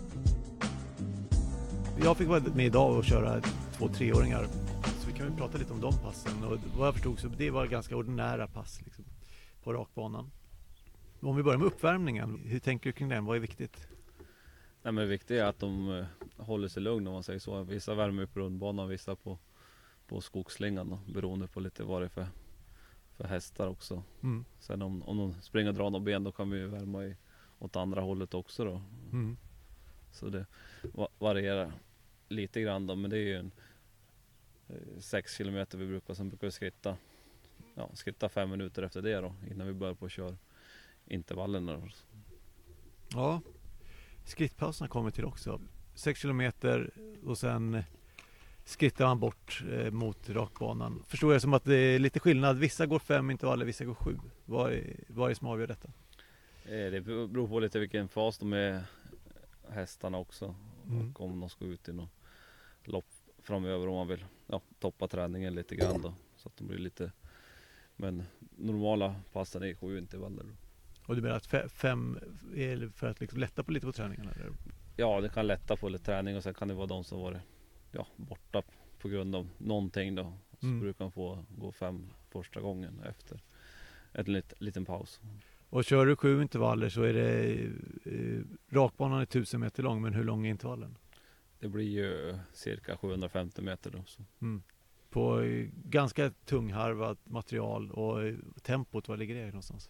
Speaker 2: Jag fick vara med idag och köra två treåringar. Så vi kan väl prata lite om de passen. Och vad jag förstod så det var ganska ordinära pass liksom, på rakbanan. Om vi börjar med uppvärmningen, hur tänker du kring den? Vad är viktigt? Nej, men det viktiga är att de uh, håller sig lugn om man säger så. Vissa värmer på rundbanan, vissa på, på skogsslingan då, beroende på lite vad det är för, för hästar också. Mm. Sen om, om de springer och drar några ben då kan vi värma i, åt andra hållet också då. Mm. Så det va- varierar lite grann då, men det är ju en eh, sex kilometer vi brukar, sen brukar vi skritta, ja, skritta fem minuter efter det då, innan vi börjar på att köra intervallerna. Ja, skrittpauserna kommer till också.
Speaker 1: sex kilometer och sen skrittar man bort eh, mot rakbanan. Förstår jag som att det är lite skillnad. Vissa går fem intervaller, vissa går sju. Vad är, vad är det som avgör detta?
Speaker 2: Eh, Det beror på lite vilken fas de är, hästarna också.
Speaker 1: Mm.
Speaker 2: Och om de ska ut i något lopp framöver, om man vill ja, toppa träningen lite grann då. Så att de blir lite, men normala passen är sju intervaller då.
Speaker 1: Och du menar att fe- fem är för att liksom lätta på lite på träningarna? Eller?
Speaker 2: Ja, det kan lätta på lite träning och sen kan det vara de som varit ja, borta på grund av någonting då. Så
Speaker 1: Mm.
Speaker 2: brukar man få gå fem första gången efter en lit, liten paus.
Speaker 1: Och kör du sju intervaller så är det eh, rakbanan är tusen meter lång, men hur lång är intervallen?
Speaker 2: Det blir ju cirka sjuhundrafemtio meter då. Så.
Speaker 1: Mm. På eh, ganska tungharvat material och eh, tempot, vad ligger det någonstans?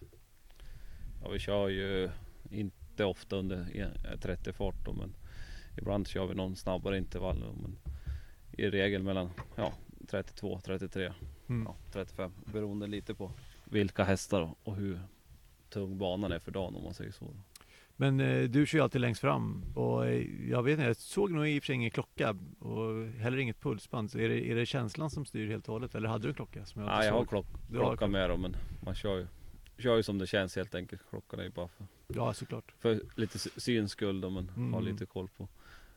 Speaker 2: Ja, vi kör ju inte ofta under en- trettio fart då, men ibland kör vi någon snabbare intervall då, men i regel mellan ja, trettiotvå, trettiotre,
Speaker 1: Mm.
Speaker 2: ja, trettiofem beroende lite på vilka hästar och- och hur tung banan är för dagen, om man säger så.
Speaker 1: Men eh, du kör ju alltid längst fram och eh, jag vet inte, jag såg nog i och för sig ingen klocka och heller inget pulsband. Så är det, är det känslan som styr helt och hållet, eller hade du en klocka? Som jag inte
Speaker 2: Ja, jag har
Speaker 1: såg?
Speaker 2: klock,
Speaker 1: Du har
Speaker 2: klocka med då, men man kör ju, kör ju som det känns helt enkelt. Klockan är ju bara för,
Speaker 1: Ja, såklart.
Speaker 2: för lite sy- syns skull då, men
Speaker 1: Mm.
Speaker 2: har lite koll på.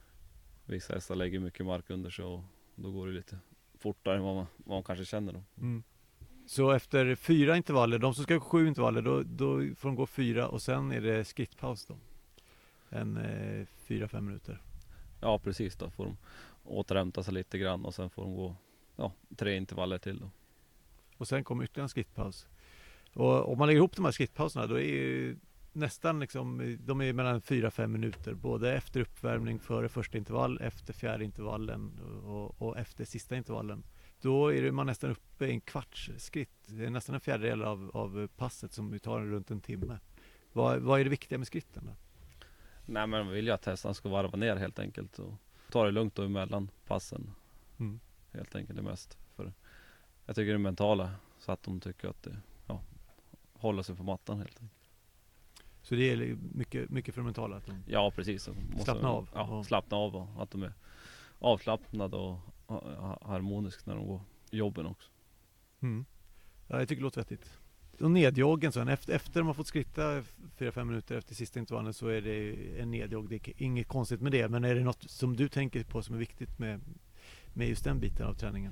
Speaker 2: Vissa hästar lägger mycket mark under sig och då går det lite fortare än vad man, vad man kanske känner då.
Speaker 1: Mm. Så efter fyra intervaller, de som ska gå sju intervaller, då, då får de gå fyra och sen är det skrittpaus då. En eh, fyra, fem minuter.
Speaker 2: Ja, precis, då får de återhämta sig lite grann och sen får de gå ja, tre intervaller till då.
Speaker 1: Och sen kommer ytterligare en skrittpaus. Och om man lägger ihop de här skrittpauserna, då är ju nästan liksom, de är mellan fyra, fem minuter. Både efter uppvärmning, före första intervall, efter fjärde intervallen och, och efter sista intervallen. Då är det, man nästan uppe i en kvarts skritt. Det är nästan en fjärdedel av, av passet som tar runt en timme. Vad, vad är det viktiga med skritten då?
Speaker 2: Nej, men man vill ju att hästarna ska varva ner helt enkelt och ta det lugnt då emellan passen.
Speaker 1: Mm.
Speaker 2: Helt enkelt det mest. För jag tycker det är mentala, så att de tycker att det ja, håller sig på mattan helt enkelt.
Speaker 1: Så det är mycket, mycket för det mentala? Att de...
Speaker 2: Ja, precis. De måste,
Speaker 1: Slappna av.
Speaker 2: Ja,
Speaker 1: Ja.
Speaker 2: slappna av och att de är avslappnade och ha- harmoniska när de går jobben också.
Speaker 1: Mm. Ja, jag tycker det låter vettigt. Och nedjoggen sen, efter, efter man fått skritta fyra fem minuter efter sista intervallen så är det en nedjogg. Det är inget konstigt med det, men är det något som du tänker på som är viktigt med, med just den biten av träningen?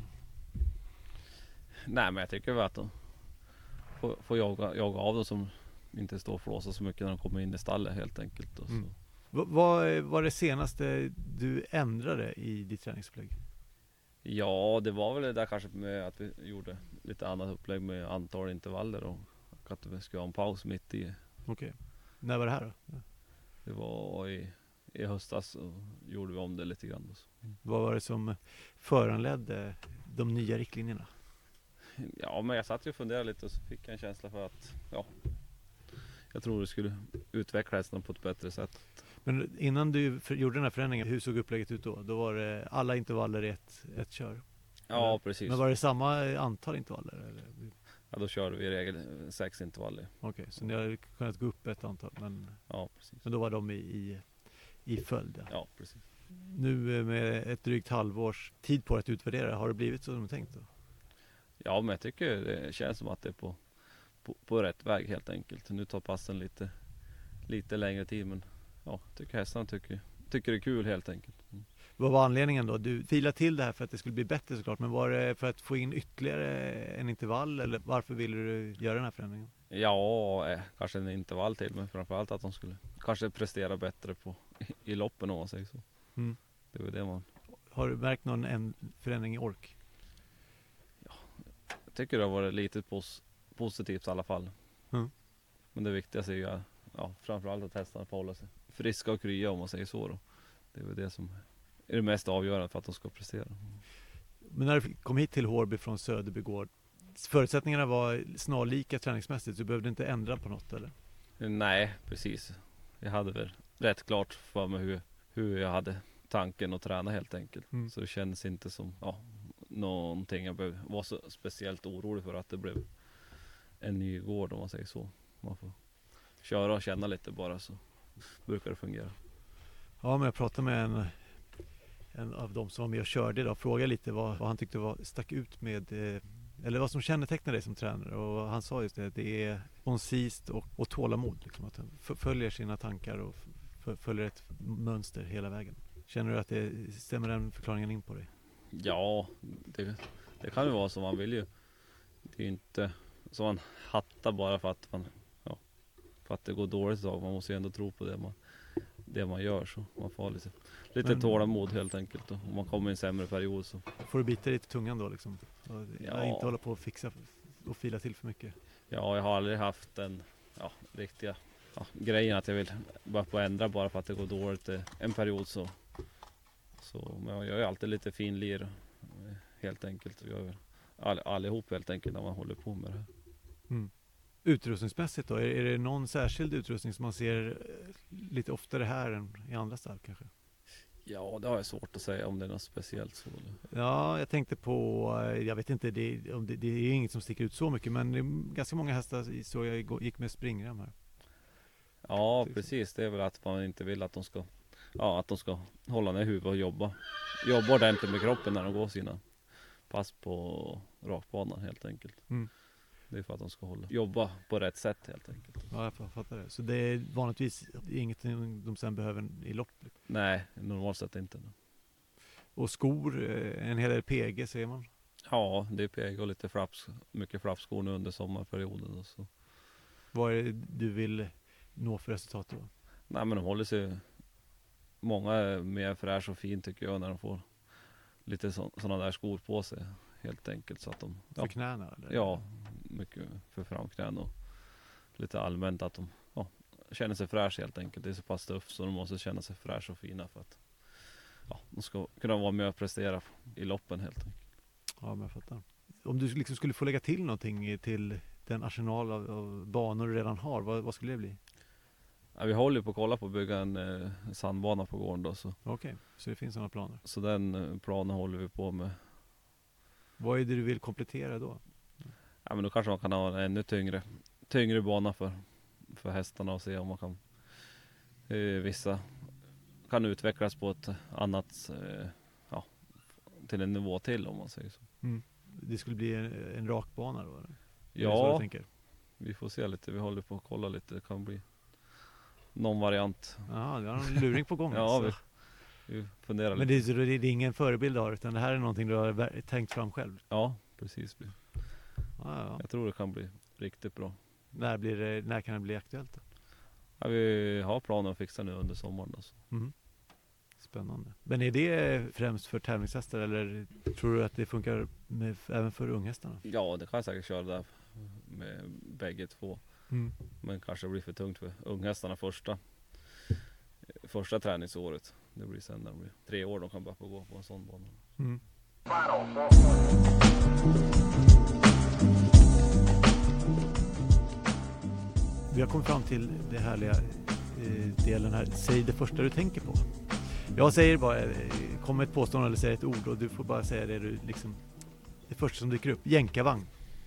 Speaker 2: Nej, men jag tycker väl att de får, får jaga, jaga av dem som inte står och flåsar så mycket när de kommer in i stallet helt enkelt. Och så.
Speaker 1: Mm. V- vad var det senaste du ändrade i ditt träningsupplägg?
Speaker 2: Ja, det var väl det där kanske med att vi gjorde lite annat upplägg med antal intervaller och att vi skulle ha en paus mitt i.
Speaker 1: Okej. När var det här då?
Speaker 2: Det var i, i höstas så gjorde vi om det lite grann. Så.
Speaker 1: Vad var det som föranledde de nya riktlinjerna?
Speaker 2: Ja, men jag satt ju och funderade lite och så fick jag en känsla för att ja, jag tror det skulle utveckla hästen på ett bättre sätt.
Speaker 1: Men innan du för, gjorde den här förändringen, hur såg upplägget ut då? Då var det alla intervaller i ett, ett kör?
Speaker 2: Ja,
Speaker 1: Eller?
Speaker 2: precis.
Speaker 1: Men var det samma antal intervaller? Eller?
Speaker 2: Ja, då körde vi i regel sex intervaller.
Speaker 1: Okej, så ni har kunnat gå upp ett antal, men,
Speaker 2: Ja, precis.
Speaker 1: men då var de i, i, i följd. Ja.
Speaker 2: Ja, precis.
Speaker 1: Nu eh, med ett drygt halvårs tid på att utvärdera, har det blivit så som du tänkt då?
Speaker 2: Ja, men jag tycker det känns som att det är på, på, på rätt väg helt enkelt. Nu tar passen lite, lite längre tid, men ja, tycker hästarna tycker, tycker det är kul helt enkelt. Mm.
Speaker 1: Vad var anledningen då? Du filade till det här för att det skulle bli bättre såklart, men var det för att få in ytterligare en intervall eller varför ville du göra den här förändringen?
Speaker 2: Ja, eh, kanske en intervall till, men framförallt att de skulle kanske prestera bättre på, i, i loppen om man säger så.
Speaker 1: Mm.
Speaker 2: Det var det man...
Speaker 1: Har du märkt någon en förändring i ork?
Speaker 2: Jag tycker det har varit lite pos, positivt i alla fall.
Speaker 1: Mm.
Speaker 2: Men det viktigaste är ju ja, framförallt att hästarna får hålla sig friska och krya om man säger så då. Det är väl det som är det mest avgörande för att de ska prestera.
Speaker 1: Men när du kom hit till Hårby från Söderby gård, förutsättningarna var snarlika träningsmässigt, så du behövde inte ändra på något eller?
Speaker 2: Nej, precis. Jag hade väl rätt klart för mig hur, hur jag hade tanken att träna helt enkelt.
Speaker 1: Mm.
Speaker 2: Så det kändes inte som ja, någonting jag behöv, var så speciellt orolig för att det blev en ny gård om man säger så. Man får köra och känna lite bara så brukar det fungera.
Speaker 1: Ja, men jag pratade med en, en av de som var med och körde idag, frågade lite vad, vad han tyckte var, stack ut med, eh, eller vad som kännetecknar dig som tränare. Och han sa just det, det är koncist och, och tålamod. Liksom, att han f- följer sina tankar och f- följer ett mönster hela vägen. Känner du att det stämmer den förklaringen in på dig?
Speaker 2: Ja, det, det kan ju vara som man vill ju. Det är ju inte så man hattar bara för att man, ja, för att det går dåligt ett tag. Man måste ju ändå tro på det man, det man gör, så man får ha lite, lite
Speaker 1: Men-
Speaker 2: tålamod helt enkelt. Och om man kommer i en sämre period så.
Speaker 1: Får du bita lite i tungan då liksom? Och
Speaker 2: Ja.
Speaker 1: inte hålla på och fixa och fila till för mycket.
Speaker 2: Ja, jag har aldrig haft den ja, riktiga ja, grejen att jag vill bara på ändra bara för att det går dåligt eh, en period så. Så men jag gör ju alltid lite fin lir eh, helt enkelt. Och jag gör all, allihop helt enkelt när man håller på med det här.
Speaker 1: Mm. Utrustningsmässigt då, är, är det någon särskild utrustning som man ser eh, lite oftare här än i andra stall kanske?
Speaker 2: Ja, det har jag svårt att säga om det är något speciellt så. Eller?
Speaker 1: Ja, jag tänkte på, eh, jag vet inte, det, om det, det är inget som sticker ut så mycket, men det är ganska många hästar så jag gå- gick med springrem här.
Speaker 2: Ja, precis. Det är väl att man inte vill att de ska, ja, att de ska hålla ner huvudet och jobba. Jobba ordentligt med kroppen när de går sina pass på rakbanan helt enkelt.
Speaker 1: Mm.
Speaker 2: Det är för att de ska hålla, jobba på rätt sätt helt enkelt.
Speaker 1: Ja, jag fattar det. Så det är vanligtvis inget de sen behöver i lopp.
Speaker 2: Nej, normalt sett inte.
Speaker 1: Och skor, eh, en hel del P G ser man.
Speaker 2: Ja, det är P G och lite flaps, mycket flappskor nu under sommarperioden. Och så.
Speaker 1: Vad är det du vill nå för resultat då?
Speaker 2: Nej, men de håller sig, många är mer fräsch och fin tycker jag när de får lite sådana där skor på sig helt enkelt. Så att de,
Speaker 1: För
Speaker 2: ja,
Speaker 1: knäna? Eller?
Speaker 2: ja, mycket för framknän och lite allmänt att de ja, känner sig fräsch helt enkelt. Det är så pass tufft så de måste känna sig fräsch och fina för att ja, de ska kunna vara med och prestera i loppen helt enkelt.
Speaker 1: Ja, men jag fattar. Om du liksom skulle få lägga till någonting till den arsenal av, av banor du redan har, vad, vad skulle det bli?
Speaker 2: Ja, vi håller på att kolla på att bygga en eh, sandbana på gården då, så,
Speaker 1: Okej, så det finns sådana planer.
Speaker 2: så den eh, planen håller vi på med.
Speaker 1: Vad är det du vill komplettera då?
Speaker 2: Ja, men då kanske man kan ha en ännu tyngre, tyngre bana för, för hästarna och se om man kan eh, vissa kan utvecklas på ett annat eh, ja, till en nivå till om man säger så.
Speaker 1: Mm. Det skulle bli en, en rak bana då? Eller? Är det så du
Speaker 2: Ja,
Speaker 1: tänker?
Speaker 2: vi får se lite. Vi håller på att kolla lite. Det kan bli någon variant.
Speaker 1: Ja, det har en luring på gång.
Speaker 2: Ja,
Speaker 1: alltså.
Speaker 2: vi, vi funderar
Speaker 1: Men
Speaker 2: lite.
Speaker 1: det är, det är ingen förebild av, utan det här är någonting du har ver- tänkt fram själv?
Speaker 2: Ja, precis.
Speaker 1: Ja, ja.
Speaker 2: Jag tror det kan bli riktigt bra.
Speaker 1: När, blir det, när kan det bli aktuellt då?
Speaker 2: Ja, vi har planer att fixa nu under sommaren. Alltså.
Speaker 1: Mm. Spännande. Men är det främst för tävlingshästar eller tror du att det funkar med, även för unghästarna?
Speaker 2: Ja, det kan jag säkert köra där med bägge två.
Speaker 1: Mm.
Speaker 2: Men kanske blir för tungt för unghästarna första, första träningsåret. Det blir sen när de blir tre år de kan börja på gå på en sån bana.
Speaker 1: Mm. Vi har kommit fram till det härliga eh, delen här. Säg det första du tänker på. Jag säger bara, eh, kom med ett påstående eller säg ett ord och du får bara säga det du liksom, det första som dyker upp. Jänkarvagn.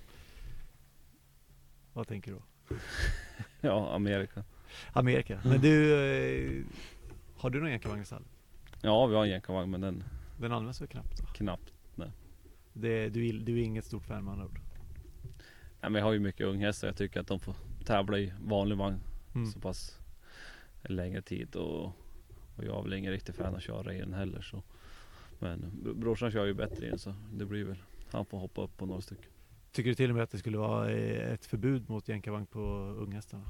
Speaker 1: Vad tänker du då?
Speaker 2: Ja, Amerika.
Speaker 1: Amerika. Men du, eh, har du någon jänkarvagn i stallet?
Speaker 2: Ja, vi har en jänkarvagn men den
Speaker 1: Den används väl knappt? Va?
Speaker 2: knappt.
Speaker 1: Det, du, är- du är inget stort fan med andra ord.
Speaker 2: Nej, men jag har ju mycket unghästar. Jag tycker att de får tävla i vanlig vagn
Speaker 1: Mm.
Speaker 2: så pass en längre tid. Och, och jag är väl ingen riktig fan att köra i den heller. Så. Men br- brorsan kör ju bättre i den så det blir väl, han får hoppa upp på några stycken.
Speaker 1: Tycker du till och med att det skulle vara eh, ett förbud mot jänkarvagn på unghästarna?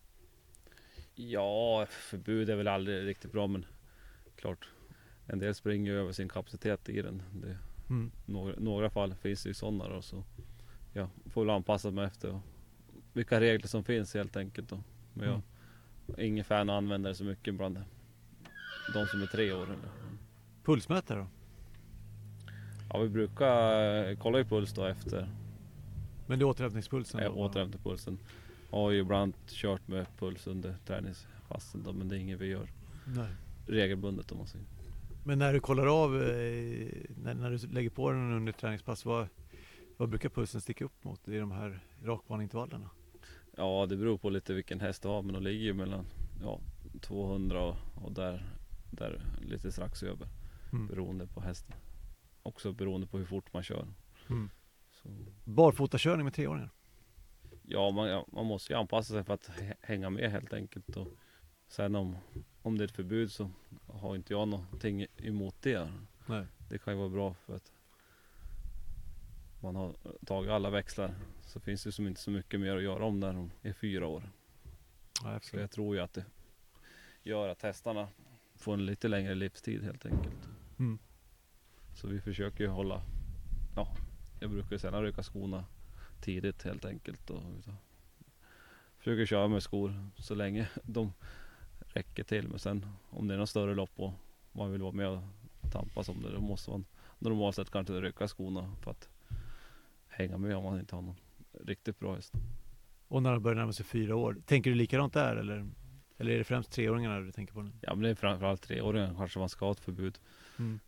Speaker 2: Ja, förbud är väl aldrig riktigt bra men klart. En del springer ju över sin kapacitet i den. Det,
Speaker 1: Mm.
Speaker 2: några, några fall finns det ju sådana då, så ja, får väl anpassa mig efter och vilka regler som finns helt enkelt då. Men jag är ingen fan att använda det så mycket bland de som är tre år eller.
Speaker 1: Pulsmätare då?
Speaker 2: Ja, vi brukar eh, kolla i puls då efter
Speaker 1: Men det är återhämtningspulsen?
Speaker 2: jag
Speaker 1: då?
Speaker 2: återhämtar pulsen. Jag har ju ibland kört med puls under träningspassen då, men det är inget vi gör
Speaker 1: Nej.
Speaker 2: regelbundet om man säger.
Speaker 1: Men när du kollar av, eh, när, när du lägger på den under träningspass, vad, vad brukar pulsen sticka upp mot i de här rakbaneintervallerna?
Speaker 2: Ja, det beror på lite vilken häst du har, men de ligger ju mellan ja, tvåhundra och, och där, där lite strax över. mm. beroende på hästen. Också beroende på hur fort man kör.
Speaker 1: Mm.
Speaker 2: Så.
Speaker 1: Barfotakörning med treåringar?
Speaker 2: Ja, man, ja, man måste ju anpassa sig för att hänga med helt enkelt. Och sen om, om det är ett förbud så har inte jag någonting emot det.
Speaker 1: Nej.
Speaker 2: Det kan ju vara bra för att man har tagit alla växlar, så finns det som inte så mycket mer att göra om när de är fyra år.
Speaker 1: Ja, jag
Speaker 2: så jag tror ju att det gör att hästarna får en lite längre livstid helt enkelt.
Speaker 1: Mm.
Speaker 2: Så vi försöker ju hålla, ja, jag brukar sedan rycka skorna tidigt helt enkelt. Och försöker köra med skor så länge de räcker till. Men sen om det är någon större lopp och man vill vara med och tampas om det, då måste man normalt sett kanske rycka skorna för att hänga med om man inte har någon riktigt bra häst.
Speaker 1: Och när de börjar närma sig fyra år, tänker du likadant där eller, eller är det främst treåringarna du tänker på nu?
Speaker 2: Ja, men det är framförallt treåringar kanske man ska ha ett förbud.
Speaker 1: Mm.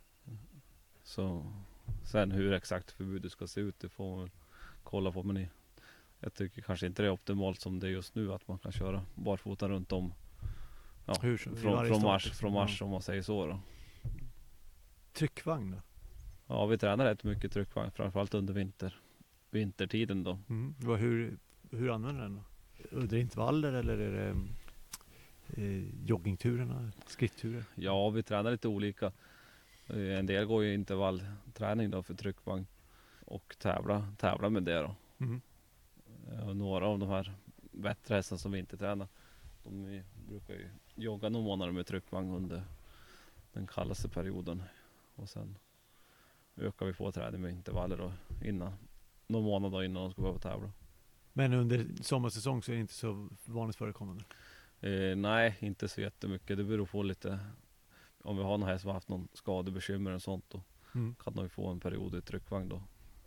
Speaker 2: Så sen hur exakt förbudet ska se ut, det får man kolla på. Men jag tycker kanske inte det är optimalt som det är just nu, att man kan köra barfota runt om, ja,
Speaker 1: hur,
Speaker 2: från, från mars, från mars ja. Om man säger så då.
Speaker 1: Tryckvagn då?
Speaker 2: Ja, vi tränar rätt mycket tryckvagn, framförallt under vinter, vintertiden då.
Speaker 1: Mm. Hur, hur använder den då? Under intervaller eller är det eh, joggingturerna, skritturer? Ja,
Speaker 2: vi tränar lite olika. En del går ju intervallträning då för tryckvagn och tävla, tävla med det då.
Speaker 1: Mm.
Speaker 2: Och några av de här bättre hästarna som vi inte tränar, de brukar ju jogga några månader med tryckvagn under den kallaste perioden. Och sen ökar vi på träning med intervaller då innan, några månader innan de ska börja tävla.
Speaker 1: Men under sommarsäsong så är det inte så vanligt förekommande?
Speaker 2: Eh, nej, inte så jättemycket. Det beror på lite. Om vi har någon häst som har haft någon skadebekymmer och sånt, då mm. kan de ju få en period i tryckvagn då.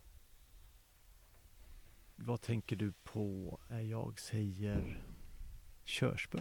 Speaker 1: Vad tänker du på när jag säger körspö?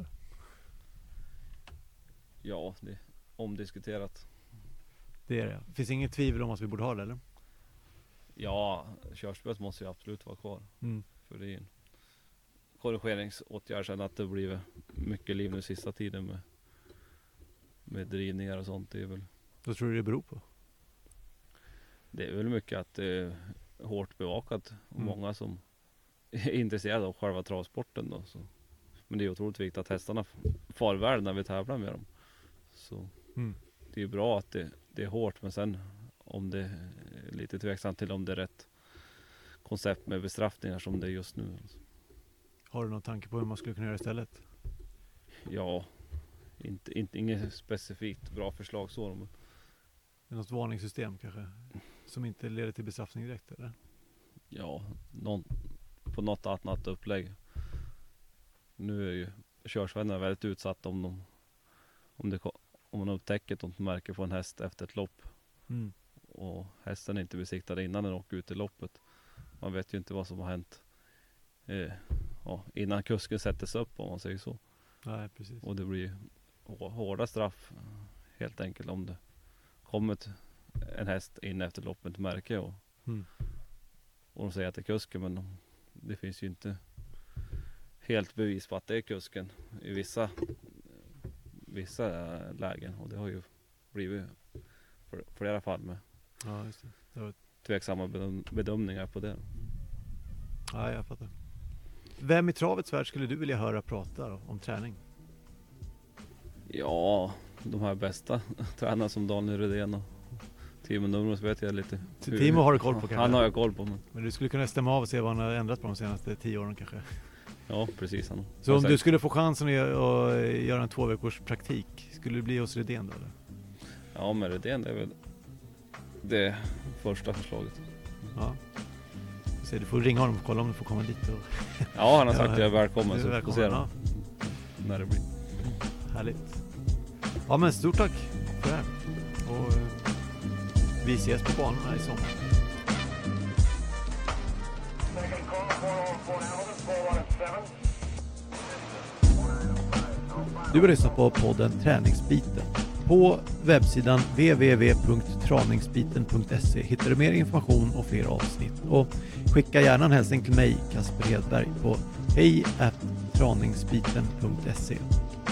Speaker 2: Ja, det är omdiskuterat.
Speaker 1: Det är det. Finns inget tvivel om att vi borde ha det, eller?
Speaker 2: Ja, körspöet måste ju absolut vara kvar.
Speaker 1: Mm.
Speaker 2: För det är en korrigeringsåtgärd sen att det blir mycket liv nu sista tiden med med drivningar och sånt. Det är väl...
Speaker 1: Vad tror du det beror på?
Speaker 2: Det är väl mycket att det är hårt bevakat och mm. många som är intresserade av själva travsporten då. Så. Men det är otroligt viktigt att hästarna far väl när vi tävlar med dem. Så mm. det är bra att det, det är hårt, men sen om det är lite tveksamt till om det är rätt koncept med bestraffningar som det är just nu.
Speaker 1: Har du någon tanke på hur man skulle kunna göra istället?
Speaker 2: Ja, Inte, inte, inget specifikt bra förslag så. Men...
Speaker 1: Något varningssystem kanske? Som inte leder till bestraffning direkt, eller?
Speaker 2: Ja, någon, på något annat upplägg. Nu är ju körsvännerna väldigt utsatta om de om, det, om man upptäcker ett märke på en häst efter ett lopp.
Speaker 1: Mm.
Speaker 2: Och hästen är inte besiktad innan den åker ut i loppet. Man vet ju inte vad som har hänt eh, ja, innan kusken sätts upp, om man säger så.
Speaker 1: Nej, precis.
Speaker 2: Och det blir hårda straff helt enkelt om det kommer en häst in efter loppet märke och,
Speaker 1: mm.
Speaker 2: och de säger att det är kusken, men de, det finns ju inte helt bevis på att det är kusken i vissa vissa lägen, och det har ju blivit för, flera fall med
Speaker 1: ja, just det. Det var...
Speaker 2: tveksamma bedöm, bedömningar på det.
Speaker 1: Ja, jag fattar. Vem i travets värld skulle du vilja höra prata då, om träning?
Speaker 2: Ja, de här bästa tränarna som Daniel Rydén och Timo Numros vet jag lite.
Speaker 1: Hur, Timo har du koll på kanske?
Speaker 2: Han har jag koll på. Men,
Speaker 1: men du skulle kunna stämma av och se vad han har ändrat på de senaste tio åren kanske?
Speaker 2: Ja, precis. Han.
Speaker 1: Så om du skulle få chansen att göra en två veckors praktik, skulle det bli hos Rydén då? Eller?
Speaker 2: Ja, men Rydén, det är väl det första förslaget.
Speaker 1: Ja. Så du får ringa honom och kolla om du får komma dit. Och
Speaker 2: ja, han har sagt att jag är välkommen.
Speaker 1: Så
Speaker 2: välkommen, får se ja. När det blir.
Speaker 1: Härligt. Ja, men stort tack för det här. Och vi ses på banorna i sommar. Du har lyssnat på podden Träningsbiten. På webbsidan w w w punkt träningsbiten punkt se hittar du mer information och fler avsnitt. Och skicka gärna en hälsning till mig, Kasper Hedberg, på hej at träningsbiten punkt se.